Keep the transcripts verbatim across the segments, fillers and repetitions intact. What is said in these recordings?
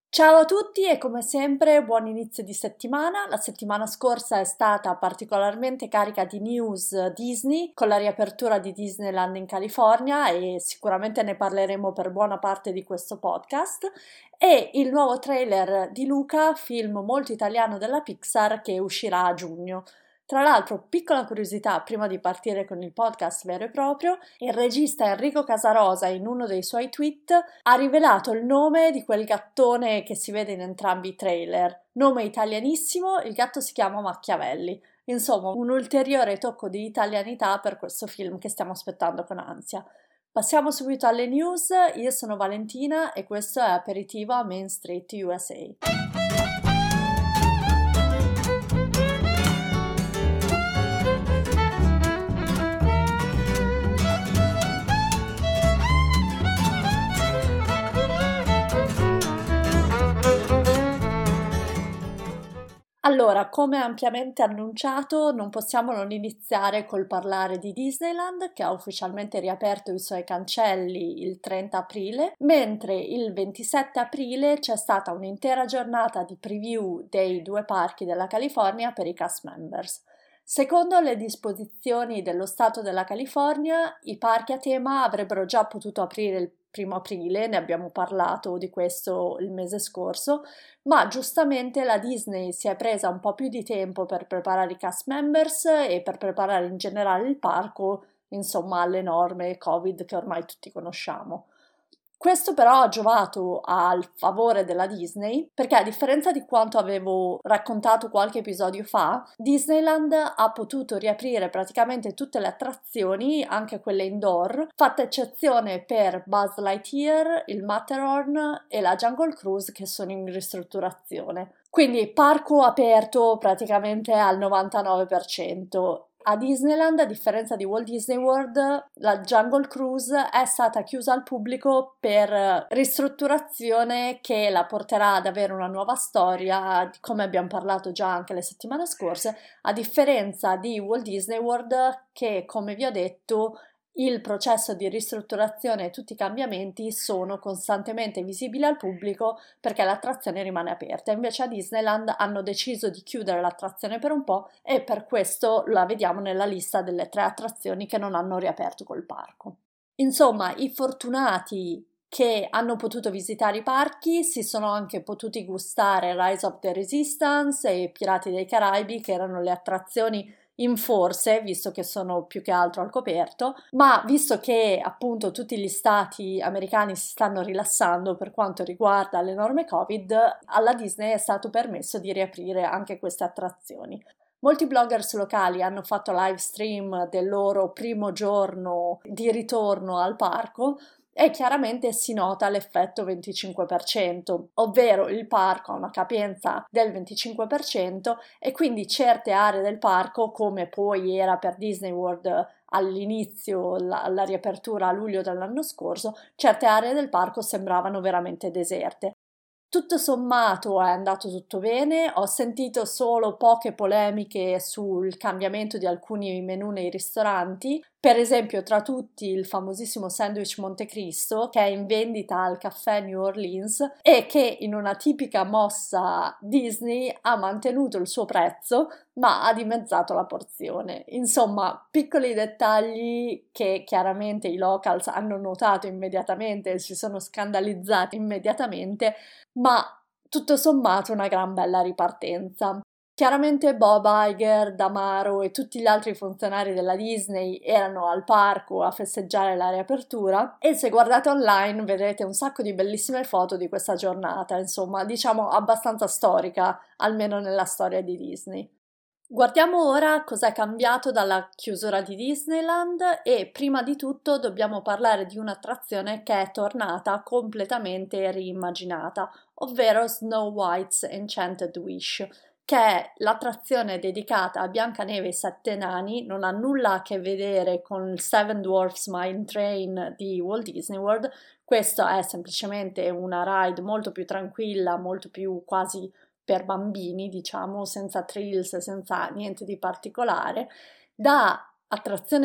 Ciao a tutti e come sempre buon inizio di settimana. La settimana scorsa è stata particolarmente carica di news Disney con la riapertura di Disneyland in California e sicuramente ne parleremo per buona parte di questo podcast e il nuovo trailer di Luca, film molto italiano della Pixar che uscirà a giugno. Tra l'altro, piccola curiosità prima di partire con il podcast vero e proprio, il regista Enrico Casarosa in uno dei suoi tweet ha rivelato il nome di quel gattone che si vede in entrambi i trailer. Nome italianissimo, il gatto si chiama Machiavelli. Insomma, un ulteriore tocco di italianità per questo film che stiamo aspettando con ansia. Passiamo subito alle news, io sono Valentina e questo è Aperitivo a Main Street U S A. Allora, come ampiamente annunciato, non possiamo non iniziare col parlare di Disneyland, che ha ufficialmente riaperto i suoi cancelli il trenta aprile, mentre il ventisette aprile c'è stata un'intera giornata di preview dei due parchi della California per i cast members. Secondo le disposizioni dello Stato della California, i parchi a tema avrebbero già potuto aprire il primo aprile, ne abbiamo parlato di questo il mese scorso, ma giustamente la Disney si è presa un po' più di tempo per preparare i cast members e per preparare in generale il parco, insomma, alle norme Covid che ormai tutti conosciamo. Questo però ha giovato al favore della Disney perché a differenza di quanto avevo raccontato qualche episodio fa, Disneyland ha potuto riaprire praticamente tutte le attrazioni, anche quelle indoor, fatta eccezione per Buzz Lightyear, il Matterhorn e la Jungle Cruise che sono in ristrutturazione. Quindi parco aperto praticamente al novantanove per cento. A Disneyland, a differenza di Walt Disney World, la Jungle Cruise è stata chiusa al pubblico per ristrutturazione che la porterà ad avere una nuova storia, come abbiamo parlato già anche le settimane scorse, a differenza di Walt Disney World che, come vi ho detto, il processo di ristrutturazione e tutti i cambiamenti sono costantemente visibili al pubblico perché l'attrazione rimane aperta. Invece a Disneyland hanno deciso di chiudere l'attrazione per un po' e per questo la vediamo nella lista delle tre attrazioni che non hanno riaperto col parco. Insomma, i fortunati che hanno potuto visitare i parchi si sono anche potuti gustare Rise of the Resistance e Pirati dei Caraibi, che erano le attrazioni in forse, visto che sono più che altro al coperto, ma visto che appunto tutti gli stati americani si stanno rilassando per quanto riguarda le norme Covid, alla Disney è stato permesso di riaprire anche queste attrazioni. Molti bloggers locali hanno fatto live stream del loro primo giorno di ritorno al parco e chiaramente si nota l'effetto venticinque per cento, ovvero il parco ha una capienza del venticinque per cento e quindi certe aree del parco, come poi era per Disney World all'inizio, la, alla riapertura a luglio dell'anno scorso, certe aree del parco sembravano veramente deserte. Tutto sommato è andato tutto bene, ho sentito solo poche polemiche sul cambiamento di alcuni menù nei ristoranti, per esempio tra tutti il famosissimo sandwich Montecristo che è in vendita al caffè New Orleans e che in una tipica mossa Disney ha mantenuto il suo prezzo ma ha dimezzato la porzione. Insomma, piccoli dettagli che chiaramente i locals hanno notato immediatamente e si sono scandalizzati immediatamente, ma tutto sommato una gran bella ripartenza. Chiaramente Bob Iger, Damaro e tutti gli altri funzionari della Disney erano al parco a festeggiare la riapertura e se guardate online vedrete un sacco di bellissime foto di questa giornata, insomma, diciamo abbastanza storica, almeno nella storia di Disney. Guardiamo ora cosa è cambiato dalla chiusura di Disneyland e prima di tutto dobbiamo parlare di un'attrazione che è tornata completamente riimmaginata, ovvero Snow White's Enchanted Wish, che è l'attrazione dedicata a Biancaneve e i Sette Nani, non ha nulla a che vedere con il Seven Dwarfs Mine Train di Walt Disney World, questo è semplicemente una ride molto più tranquilla, molto più quasi per bambini, diciamo, senza trills, senza niente di particolare. Da attrazione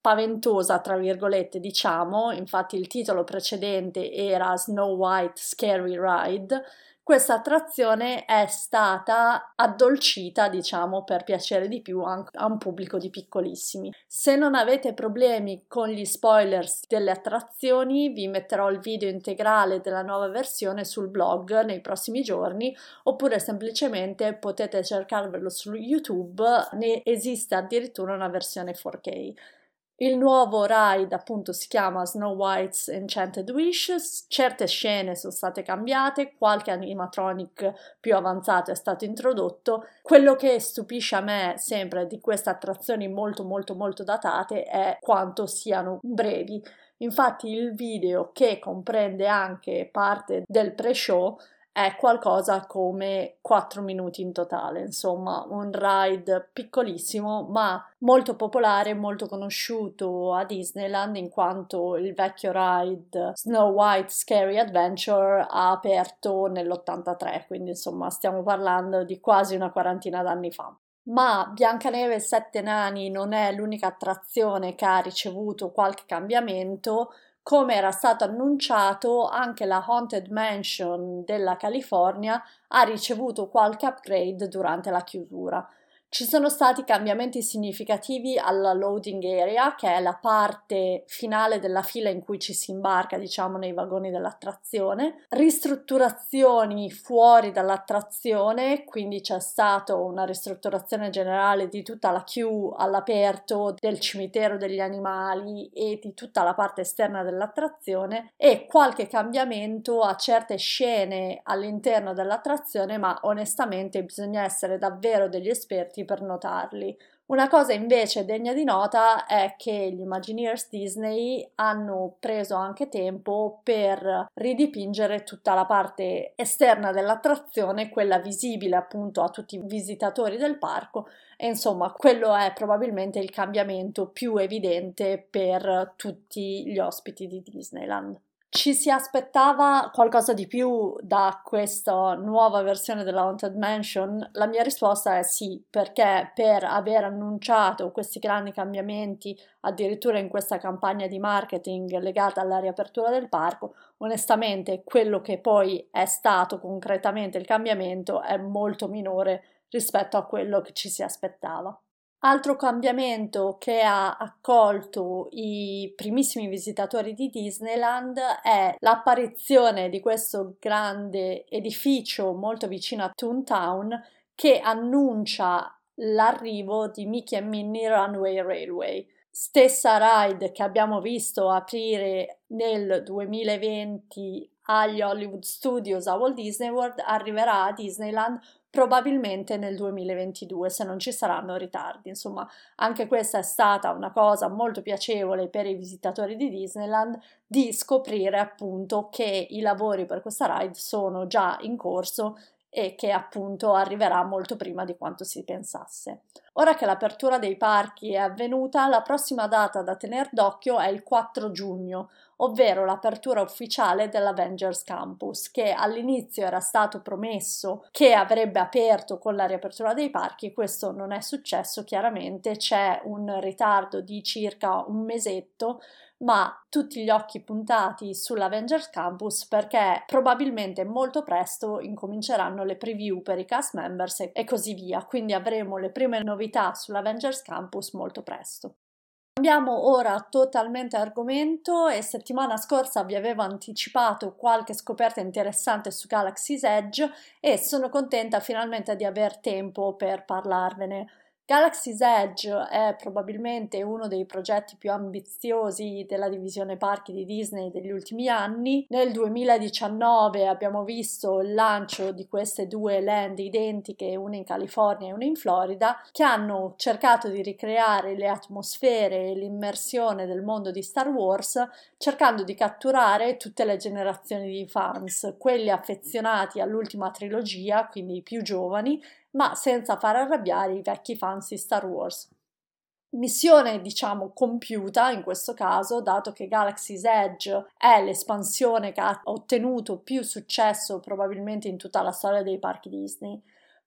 spaventosa, tra virgolette, diciamo, infatti il titolo precedente era Snow White Scary Ride. Questa attrazione è stata addolcita, diciamo, per piacere di più anche a un pubblico di piccolissimi. Se non avete problemi con gli spoilers delle attrazioni, vi metterò il video integrale della nuova versione sul blog nei prossimi giorni, oppure semplicemente potete cercarvelo su YouTube, ne esiste addirittura una versione quattro K. Il nuovo ride appunto si chiama Snow White's Enchanted Wish, certe scene sono state cambiate, qualche animatronic più avanzato è stato introdotto. Quello che stupisce a me sempre di queste attrazioni molto molto molto datate è quanto siano brevi. Infatti il video, che comprende anche parte del pre-show, è qualcosa come quattro minuti in totale, insomma un ride piccolissimo ma molto popolare, molto conosciuto a Disneyland, in quanto il vecchio ride Snow White Scary Adventure ha aperto nell'ottantatré, quindi insomma stiamo parlando di quasi una quarantina d'anni fa. Ma Biancaneve e i Sette Nani non è l'unica attrazione che ha ricevuto qualche cambiamento. Come era stato annunciato, anche la Haunted Mansion della California ha ricevuto qualche upgrade durante la chiusura. Ci sono stati cambiamenti significativi alla loading area, che è la parte finale della fila in cui ci si imbarca, diciamo, nei vagoni dell'attrazione, ristrutturazioni fuori dall'attrazione, quindi c'è stata una ristrutturazione generale di tutta la queue all'aperto del cimitero degli animali e di tutta la parte esterna dell'attrazione, e qualche cambiamento a certe scene all'interno dell'attrazione, ma onestamente bisogna essere davvero degli esperti per notarli. Una cosa invece degna di nota è che gli Imagineers Disney hanno preso anche tempo per ridipingere tutta la parte esterna dell'attrazione, quella visibile appunto a tutti i visitatori del parco, e insomma quello è probabilmente il cambiamento più evidente per tutti gli ospiti di Disneyland. Ci si aspettava qualcosa di più da questa nuova versione della Haunted Mansion? La mia risposta è sì, perché per aver annunciato questi grandi cambiamenti addirittura in questa campagna di marketing legata alla riapertura del parco, onestamente quello che poi è stato concretamente il cambiamento è molto minore rispetto a quello che ci si aspettava. Altro cambiamento che ha accolto i primissimi visitatori di Disneyland è l'apparizione di questo grande edificio molto vicino a Toontown che annuncia l'arrivo di Mickey and Minnie Runaway Railway. Stessa ride che abbiamo visto aprire nel duemilaventi agli Hollywood Studios a Walt Disney World arriverà a Disneyland probabilmente nel duemilaventidue, se non ci saranno ritardi. Insomma, anche questa è stata una cosa molto piacevole per i visitatori di Disneyland, di scoprire appunto che i lavori per questa ride sono già in corso e che appunto arriverà molto prima di quanto si pensasse. Ora che l'apertura dei parchi è avvenuta, la prossima data da tener d'occhio è il quattro giugno, ovvero l'apertura ufficiale dell'Avengers Campus, che all'inizio era stato promesso che avrebbe aperto con la riapertura dei parchi. Questo non è successo, chiaramente c'è un ritardo di circa un mesetto, ma tutti gli occhi puntati sull'Avengers Campus perché probabilmente molto presto incominceranno le preview per i cast members e così via, quindi avremo le prime novità sull'Avengers Campus molto presto. Cambiamo ora totalmente argomento e settimana scorsa vi avevo anticipato qualche scoperta interessante su Galaxy's Edge e sono contenta finalmente di aver tempo per parlarvene. Galaxy's Edge è probabilmente uno dei progetti più ambiziosi della divisione parchi di Disney degli ultimi anni. Nel duemiladiciannove abbiamo visto il lancio di queste due land identiche, una in California e una in Florida, che hanno cercato di ricreare le atmosfere e l'immersione del mondo di Star Wars, cercando di catturare tutte le generazioni di fans, quelli affezionati all'ultima trilogia, quindi i più giovani, ma senza far arrabbiare i vecchi fans di Star Wars. Missione, diciamo, compiuta in questo caso, dato che Galaxy's Edge è l'espansione che ha ottenuto più successo probabilmente in tutta la storia dei parchi Disney.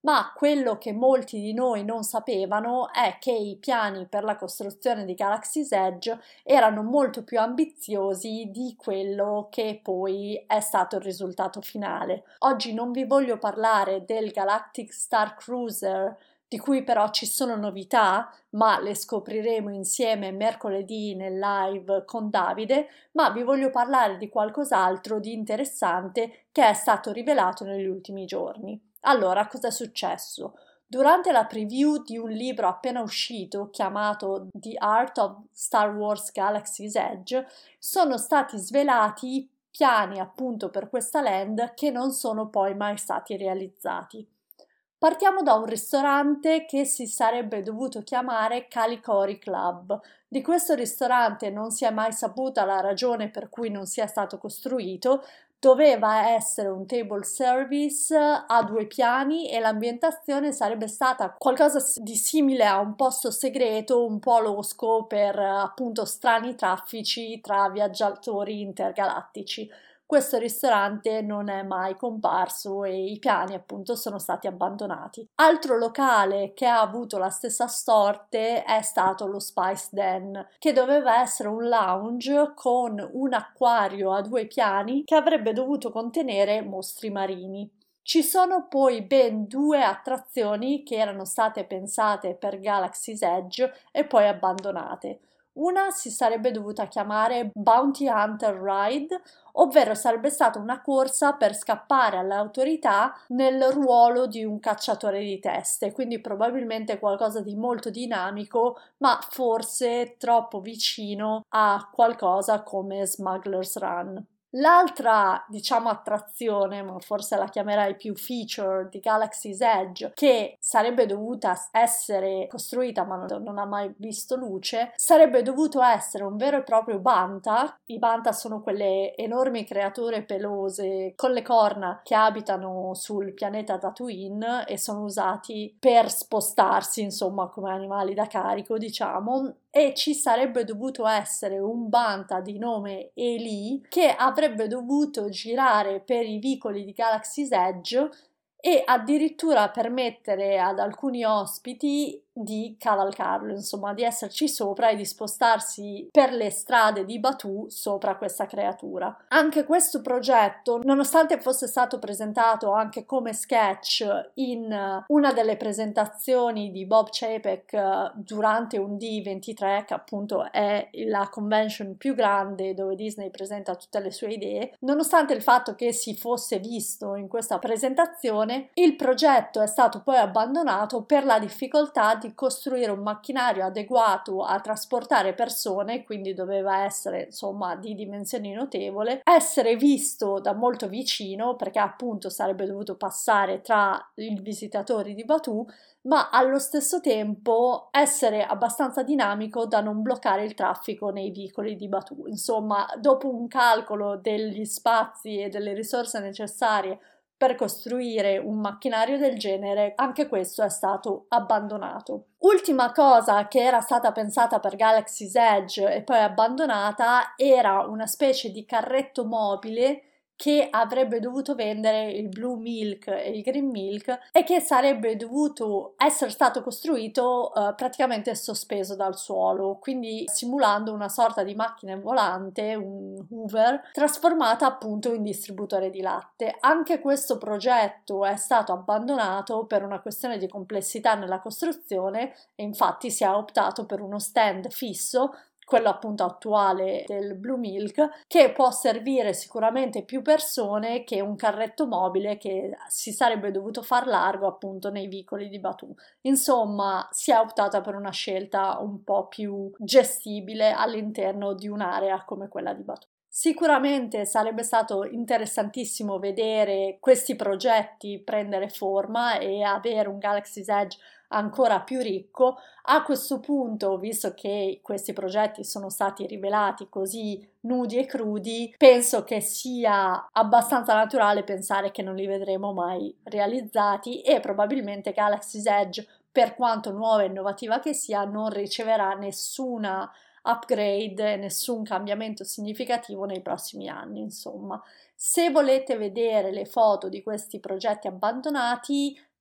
ma quello che molti di noi non sapevano è che i piani per la costruzione di Galaxy's Edge erano molto più ambiziosi di quello che poi è stato il risultato finale. Oggi non vi voglio parlare del Galactic Star Cruiser, di cui però ci sono novità, ma le scopriremo insieme mercoledì nel live con Davide, ma vi voglio parlare di qualcos'altro di interessante che è stato rivelato negli ultimi giorni. Allora, cosa è successo? Durante la preview di un libro appena uscito chiamato The Art of Star Wars Galaxy's Edge, sono stati svelati piani appunto per questa land che non sono poi mai stati realizzati. Partiamo da un ristorante che si sarebbe dovuto chiamare Calicori Club. Di questo ristorante non si è mai saputa la ragione per cui non sia stato costruito. Doveva essere un table service a due piani e l'ambientazione sarebbe stata qualcosa di simile a un posto segreto, un po' losco per appunto strani traffici tra viaggiatori intergalattici. Questo ristorante non è mai comparso e i piani appunto sono stati abbandonati. Altro locale che ha avuto la stessa sorte è stato lo Spice Den, che doveva essere un lounge con un acquario a due piani che avrebbe dovuto contenere mostri marini. Ci sono poi ben due attrazioni che erano state pensate per Galaxy's Edge e poi abbandonate. Una si sarebbe dovuta chiamare Bounty Hunter Ride, ovvero sarebbe stata una corsa per scappare alle autorità nel ruolo di un cacciatore di teste, quindi probabilmente qualcosa di molto dinamico, ma forse troppo vicino a qualcosa come Smuggler's Run. L'altra, diciamo, attrazione, ma forse la chiamerai più feature di Galaxy's Edge, che sarebbe dovuta essere costruita ma non ha mai visto luce, sarebbe dovuto essere un vero e proprio Banta. I Banta sono quelle enormi creature pelose con le corna che abitano sul pianeta Tatooine e sono usati per spostarsi, insomma, come animali da carico, diciamo. E ci sarebbe dovuto essere un Banta di nome Eli che avrebbe dovuto girare per i vicoli di Galaxy's Edge e addirittura permettere ad alcuni ospiti di cavalcarlo, insomma di esserci sopra e di spostarsi per le strade di Batuu sopra questa creatura. Anche questo progetto, nonostante fosse stato presentato anche come sketch in una delle presentazioni di Bob Chapek durante un D ventitré, che appunto è la convention più grande dove Disney presenta tutte le sue idee, nonostante il fatto che si fosse visto in questa presentazione, il progetto è stato poi abbandonato per la difficoltà di costruire un macchinario adeguato a trasportare persone, quindi doveva essere insomma di dimensioni notevoli, essere visto da molto vicino perché appunto sarebbe dovuto passare tra i visitatori di Batuu, ma allo stesso tempo essere abbastanza dinamico da non bloccare il traffico nei vicoli di Batuu. Insomma, dopo un calcolo degli spazi e delle risorse necessarie per costruire un macchinario del genere, anche questo è stato abbandonato. Ultima cosa che era stata pensata per Galaxy's Edge e poi abbandonata era una specie di carretto mobile che avrebbe dovuto vendere il Blue Milk e il Green Milk e che sarebbe dovuto essere stato costruito eh, praticamente sospeso dal suolo, quindi simulando una sorta di macchina volante, un Hoover, trasformata appunto in distributore di latte. Anche questo progetto è stato abbandonato per una questione di complessità nella costruzione e infatti si è optato per uno stand fisso, quello appunto attuale del Blue Milk, che può servire sicuramente più persone che un carretto mobile che si sarebbe dovuto far largo appunto nei vicoli di Batuu. Insomma, si è optata per una scelta un po' più gestibile all'interno di un'area come quella di Batuu. Sicuramente sarebbe stato interessantissimo vedere questi progetti prendere forma e avere un Galaxy's Edge ancora più ricco. A questo punto, visto che questi progetti sono stati rivelati così nudi e crudi, penso che sia abbastanza naturale pensare che non li vedremo mai realizzati e probabilmente Galaxy's Edge, per quanto nuova e innovativa che sia, non riceverà nessuna upgrade, nessun cambiamento significativo nei prossimi anni. Insomma, se volete vedere le foto di questi progetti abbandonati,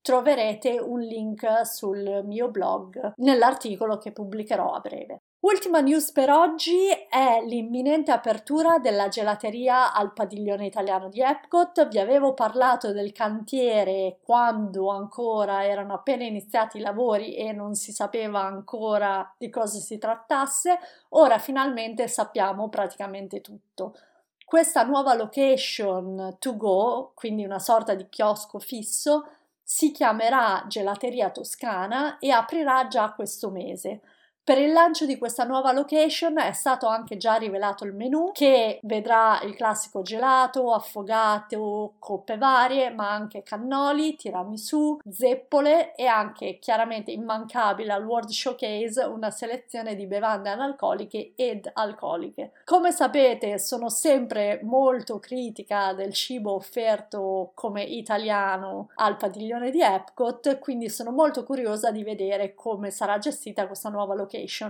troverete un link sul mio blog nell'articolo che pubblicherò a breve. Ultima news per oggi è l'imminente apertura della gelateria al padiglione italiano di Epcot. Vi avevo parlato del cantiere quando ancora erano appena iniziati i lavori e non si sapeva ancora di cosa si trattasse. Ora finalmente sappiamo praticamente tutto. Questa nuova location to go, quindi una sorta di chiosco fisso, si chiamerà Gelateria Toscana e aprirà già questo mese. Per il lancio di questa nuova location è stato anche già rivelato il menù, che vedrà il classico gelato, affogato, coppe varie, ma anche cannoli, tiramisù, zeppole e anche chiaramente immancabile al World Showcase una selezione di bevande analcoliche ed alcoliche. Come sapete, sono sempre molto critica del cibo offerto come italiano al padiglione di Epcot, quindi sono molto curiosa di vedere come sarà gestita questa nuova location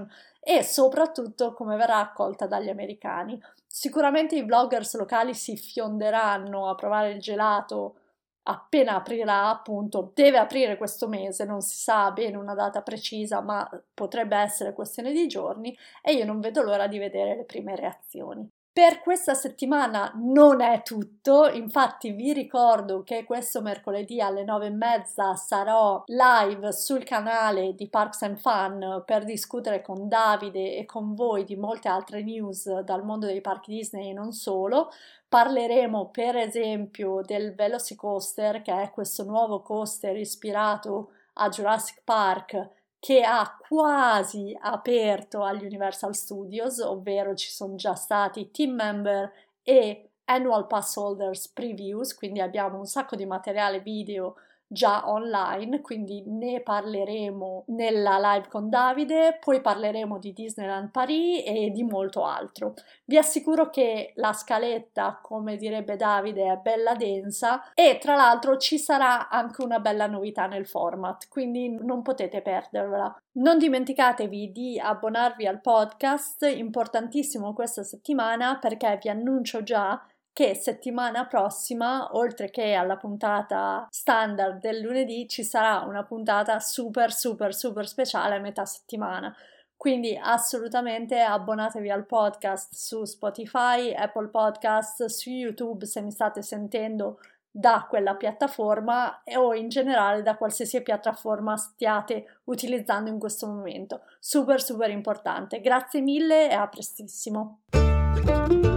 e soprattutto come verrà accolta dagli americani. Sicuramente i vloggers locali si fionderanno a provare il gelato appena aprirà, appunto, deve aprire questo mese, non si sa bene una data precisa, ma potrebbe essere questione di giorni e io non vedo l'ora di vedere le prime reazioni. Per questa settimana non è tutto, infatti vi ricordo che questo mercoledì alle nove e mezza sarò live sul canale di Parks and Fun per discutere con Davide e con voi di molte altre news dal mondo dei parchi Disney e non solo. Parleremo per esempio del Velocicoaster, che è questo nuovo coaster ispirato a Jurassic Park che ha quasi aperto agli Universal Studios, ovvero ci sono già stati team member e annual pass holders previews, quindi abbiamo un sacco di materiale video già online, quindi ne parleremo nella live con Davide, poi parleremo di Disneyland Paris e di molto altro. Vi assicuro che la scaletta, come direbbe Davide, è bella densa e tra l'altro ci sarà anche una bella novità nel format, quindi non potete perdervela. Non dimenticatevi di abbonarvi al podcast, importantissimo questa settimana perché vi annuncio già che settimana prossima, oltre che alla puntata standard del lunedì, ci sarà una puntata super super super speciale a metà settimana. Quindi assolutamente abbonatevi al podcast su Spotify, Apple Podcast, su YouTube se mi state sentendo da quella piattaforma o in generale da qualsiasi piattaforma stiate utilizzando in questo momento. Super super importante. Grazie mille e a prestissimo.